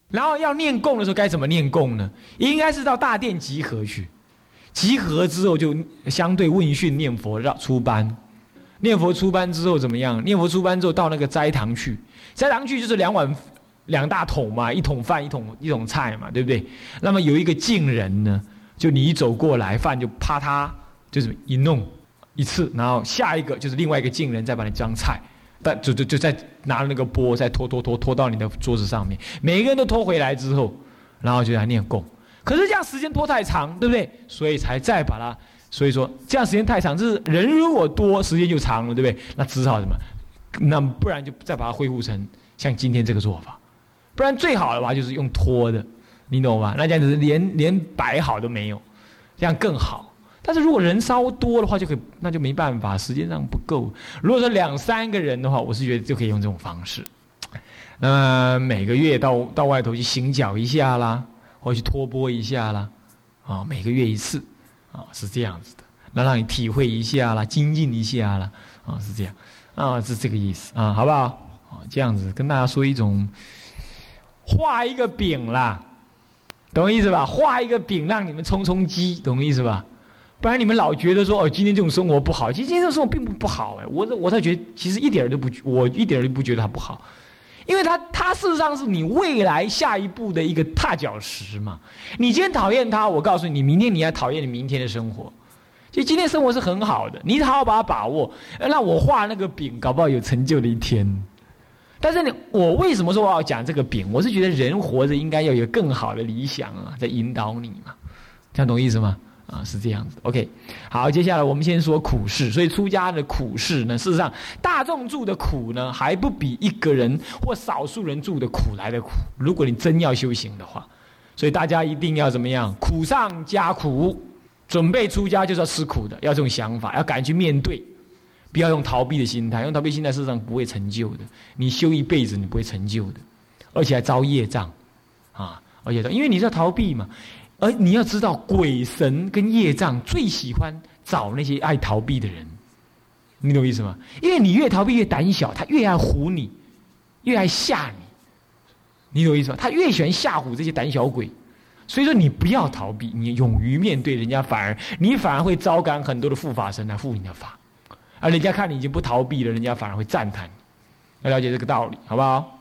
然后要念供的时候该怎么念供呢？应该是到大殿集合去，集合之后就相对问讯念佛出班，念佛出班之后怎么样？念佛出班之后到那个斋堂去，斋堂去就是两大桶嘛，一桶饭一桶菜嘛，对不对？那么有一个敬人呢，就你一走过来，饭就啪嗒就是一弄一次，然后下一个就是另外一个敬人再把你装菜。但就再拿那个钵再拖到你的桌子上面，每个人都拖回来之后，然后就来念供。可是这样时间拖太长，对不对？所以才再把它，所以说这样时间太长，就是人如果多，时间就长了，对不对？那只好什么？那不然就再把它恢复成像今天这个做法，不然最好的话就是用拖的，你懂吗？那这样子连摆好都没有，这样更好。但是如果人稍多的话，那就没办法，时间上不够。如果说2、3个人的话，我是觉得就可以用这种方式。每个月到外头去行脚一下啦，或去托钵一下啦，啊，每个月一次，啊，是这样子的，那让你体会一下啦，精进一下啦，啊，是这样，啊，是这个意思啊，好不好？啊，这样子跟大家说一种画一个饼啦，懂我意思吧？画一个饼让你们充饥，懂我意思吧？不然你们老觉得说今天这种生活不好，其实今天这种生活并不好哎，我才觉得其实我一点都不觉得它不好，因为它事实上是你未来下一步的一个踏脚石嘛。你今天讨厌它，我告诉你，明天你要讨厌你明天的生活。其实今天生活是很好的，你好好把它把握。那我画那个饼，搞不好有成就的一天。但是我为什么说我要讲这个饼？我是觉得人活着应该要有更好的理想啊，在引导你嘛，这样懂意思吗？啊，是这样子 ，OK， 好，接下来我们先说苦事。所以出家的苦事呢，事实上大众住的苦呢，还不比一个人或少数人住的苦来的苦。如果你真要修行的话，所以大家一定要怎么样？苦上加苦，准备出家就是要吃苦的，要这种想法，要敢去面对，不要用逃避的心态。用逃避心态事实上不会成就的，你修一辈子你不会成就的，而且还遭业障啊！而且因为你是要逃避嘛。而你要知道，鬼神跟业障最喜欢找那些爱逃避的人，你懂我意思吗？因为你越逃避越胆小，他越爱唬你，越爱吓你，你懂我意思吗？他越喜欢吓唬这些胆小鬼，所以说你不要逃避，你勇于面对人家，你反而会招感很多的护法神来护你的法，而人家看你已经不逃避了，人家反而会赞叹你，要了解这个道理，好不好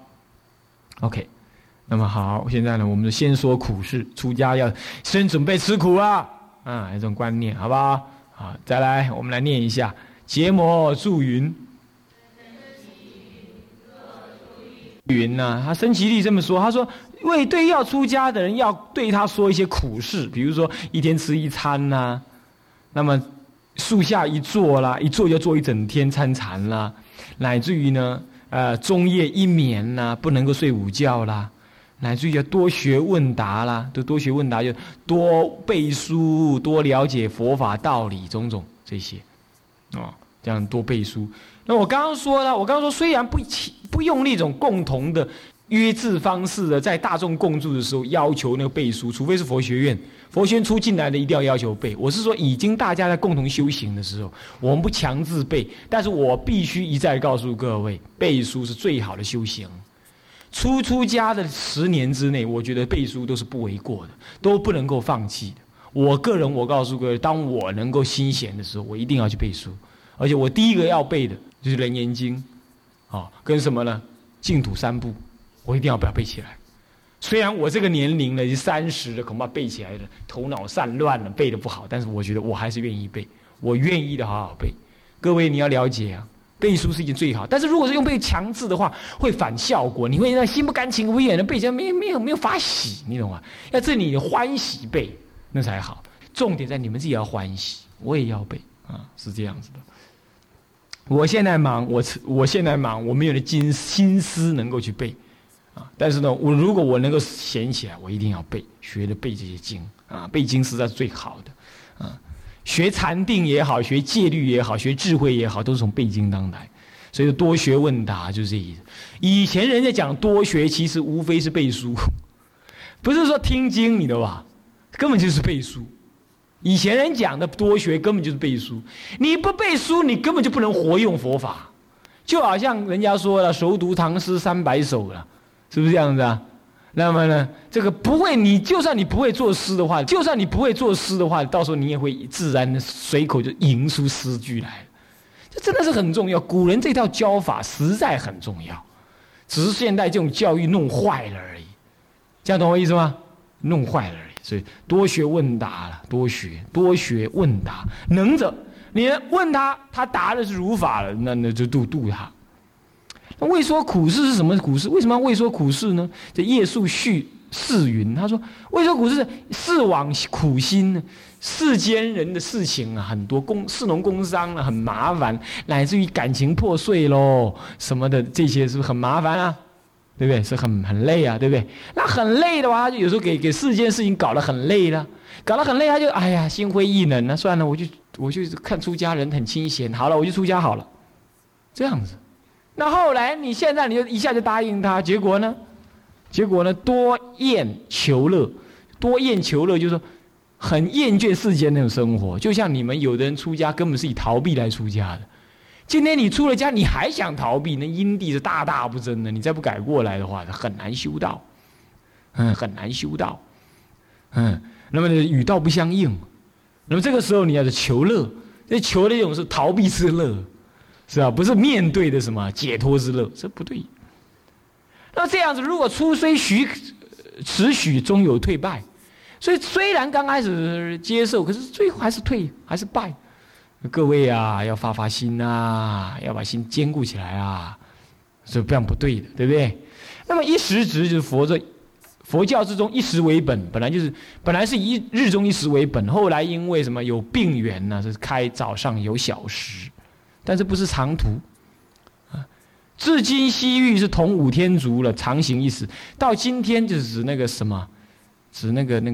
？OK。那么好，现在呢，我们就先说苦事，出家要先准备吃苦啊，有这种观念，好不好？好，再来，我们来念一下：结魔助云。云呢、他生其力这么说，他说对要出家的人，要对他说一些苦事，比如说一天吃一餐呐、那么树下一坐啦，一坐就坐一整天参禅啦，乃至于呢，中夜一眠啦，不能够睡午觉啦。乃至于要多学问答啦，多学问答就多背书，多了解佛法道理种种这些，这样多背书。那我刚刚说，虽然不用那种共同的约制方式的，在大众共住的时候要求那个背书，除非是佛学院出进来的一定要求背。我是说，已经大家在共同修行的时候，我们不强制背，但是我必须一再告诉各位，背书是最好的修行。出家的10年之内，我觉得背书都是不为过的，都不能够放弃的。我告诉各位，当我能够心闲的时候，我一定要去背书，而且我第一个要背的就是《楞严经》，跟什么呢？净土3部，我一定要把它背起来。虽然我这个年龄了，已经30了，恐怕背起来了，头脑散乱了，背得不好，但是我觉得我还是愿意背，我愿意的好好背。各位你要了解啊。背书是一件最好，但是如果是用背强制的话，会反效果。你会让心不甘情不愿的背起来，没有法喜，你懂吗？要这里欢喜背，那才好。重点在你们自己要欢喜，我也要背啊，是这样子的。我现在忙，我没有的心思能够去背啊。但是呢，如果我能够闲起来，我一定要背，学着背这些经啊，背经实在是最好的啊。学禅定也好，学戒律也好，学智慧也好，都是从背经当来。所以多学问答就是这意思。以前人家讲多学，其实无非是背书，不是说听经，你懂吧？根本就是背书。以前人讲的多学，根本就是背书。你不背书，你根本就不能活用佛法。就好像人家说了，熟读唐诗300首了，是不是这样子啊？ 那么呢，这个不会，你就算你不会作诗的话，到时候你也会自然的随口就吟出诗句来。这真的是很重要，古人这套教法实在很重要，只是现代这种教育弄坏了而已。这样懂我意思吗？弄坏了而已。所以多学问答了，多学问答，能者你问他，他答的是如法了，那就度他。那未说苦事是什么苦事？为什么要未说苦事呢？这叶素序释云，他说未说苦事，事往苦心呢。世间人的事情啊，很多士农工商啊，很麻烦，乃至于感情破碎咯，什么的，这些是不是很麻烦啊？对不对？是很累啊，对不对？那很累的话，他就有时候给世间事情搞得很累了，搞得很累，他就哎呀心灰意冷了，算了，我就看出家人很清闲，好了，我就出家好了，这样子。那后来你现在你就一下就答应他，结果呢，多厌求乐就是说很厌倦世间那种生活，就像你们有的人出家根本是以逃避来出家的。今天你出了家，你还想逃避，那因地是大大不真的。你再不改过来的话，很难修道，很难修道，那么与道不相应。那么这个时候你要是求乐，这求的一种是逃避之乐。是吧？不是面对的什么解脱之乐，这不对。那这样子，如果初虽持许，终有退败。所以虽然刚开始接受，可是最后还是退，还是败。各位啊，要发心啊，要把心坚固起来啊，是这样不对的，对不对？那么一时值就是佛教之中一时为本，本来是以日中一时为本，后来因为什么有病源呢，是开早上有小时。但是不是长途啊？至今西域是同五天竺了，常行一时。到今天就是指那个什么，指那个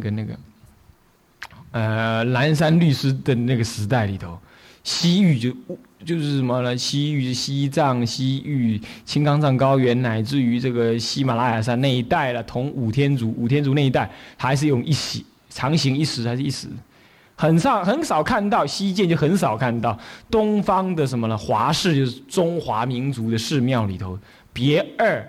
南山律师的那个时代里头，西域就是什么呢？西域、西藏、西域、青冈藏高原，乃至于这个喜马拉雅山那一带了，同五天竺那一带，还是用常行一时，还是一时。很少看到，西涧就很少看到东方的什么呢？华氏就是中华民族的寺庙里头，别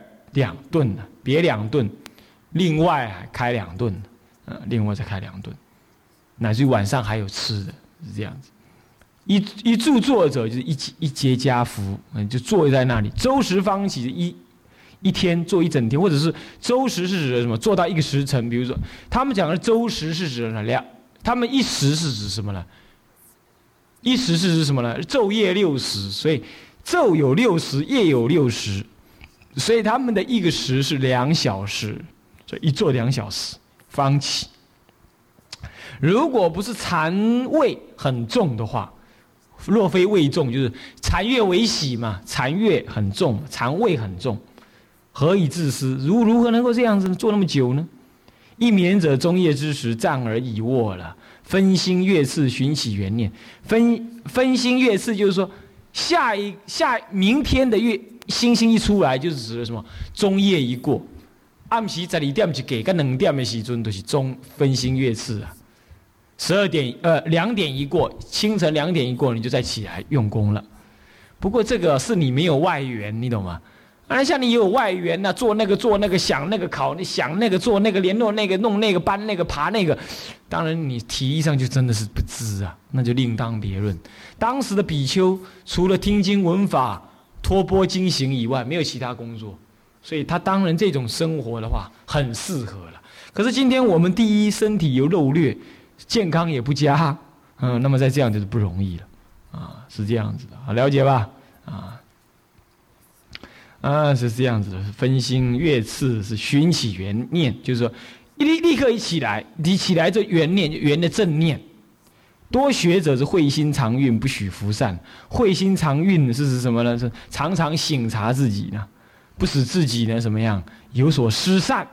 2顿的，别2顿，另外还开2顿，另外再开2顿，乃至于晚上还有吃的，是这样子。一住坐者就是一节家福，就坐在那里，周时方起，一天坐一整天，或者是周时是指什么？做到1个时辰，比如说他们讲的周时是指什么？他们一时是指什么呢？一时是指什么呢？昼夜6时，所以昼有6时，夜有6时，所以他们的1个时是2小时，所以一坐2小时方起。如果不是禅味很重的话，若非味重，就是禅悦为喜嘛，禅悦很重，禅味很重，何以自失？如何能够这样子坐那么久呢？一眠者中夜之时，站而倚卧了，分心月次，寻起缘念。分心月次就是说，明天的星星一出来，就是指的什么？中夜一过，暗时12点就给，跟2点的时阵都是分心月次啊。2点一过，清晨2点一过，你就再起来用功了。不过这个是你没有外援，你懂吗？像你有外援啊，做那个，想那个考，你想那个做那个，联络那个，弄那个，搬那个，爬那个，当然你体力上就真的是不知啊，那就另当别论。当时的比丘除了听经闻法、托钵经行以外，没有其他工作，所以他当然这种生活的话很适合了。可是今天我们第一身体有肉劣，健康也不佳，那么在这样就是不容易了啊，是这样子的，好了解吧？是这样子的，分心月次是寻起缘念，就是说立刻一起来，你起来这缘念，缘的正念。多学者是慧心常运，不许浮散。慧心常运是指什么呢？是常常省察自己呢，不使自己呢怎么样有所失散，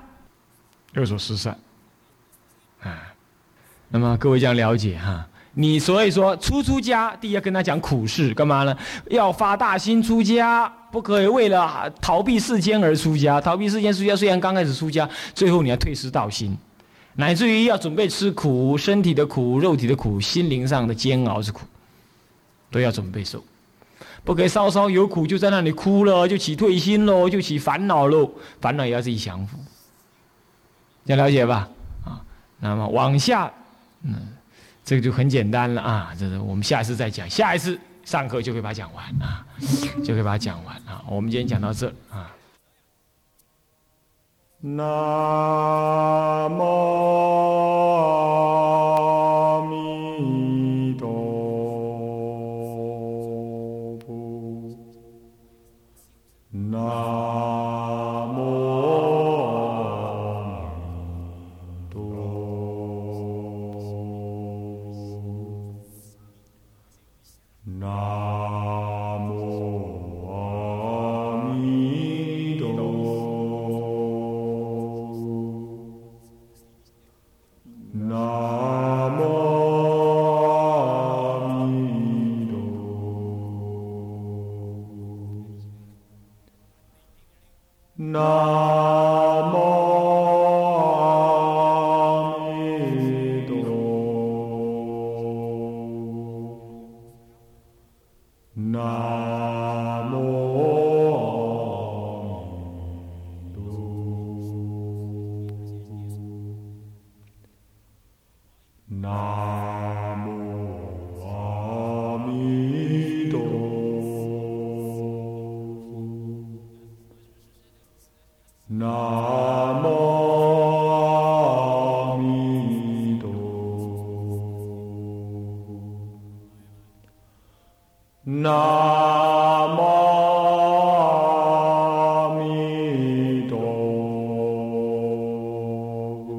那么各位这样了解哈。你所以说出家，第一要跟他讲苦事，干嘛呢？要发大心出家，不可以为了逃避世间而出家。逃避世间出家，虽然刚开始出家，最后你要退失道心，乃至于要准备吃苦，身体的苦、肉体的苦、心灵上的煎熬之苦，都要准备受。不可以稍稍有苦就在那里哭了，就起退心喽，就起烦恼喽，烦恼也要自己降服。 这样了解吧？啊，那么往下，这个就很简单了啊。这是我们下一次再讲，下一次上课就可以把它讲完啊，就可以把它讲完啊。我们今天讲到这啊。南无阿弥陀佛。南无阿弥陀佛。南无阿弥陀佛。南无阿弥陀佛。南无阿弥陀佛。南无阿弥陀佛。南无阿弥陀佛。南无阿弥陀佛。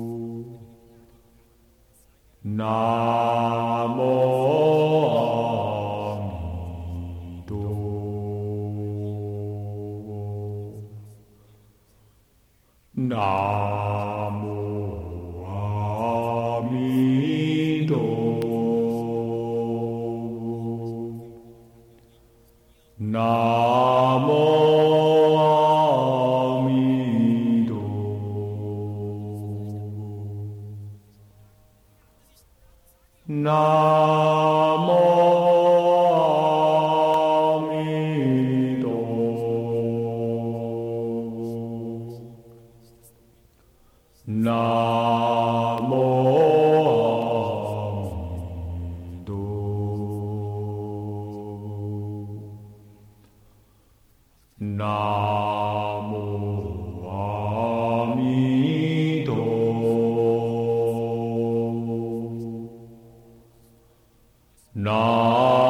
南无阿弥陀佛。南无阿弥陀佛。南无阿弥陀佛。南无阿弥陀佛。南无阿弥陀佛。南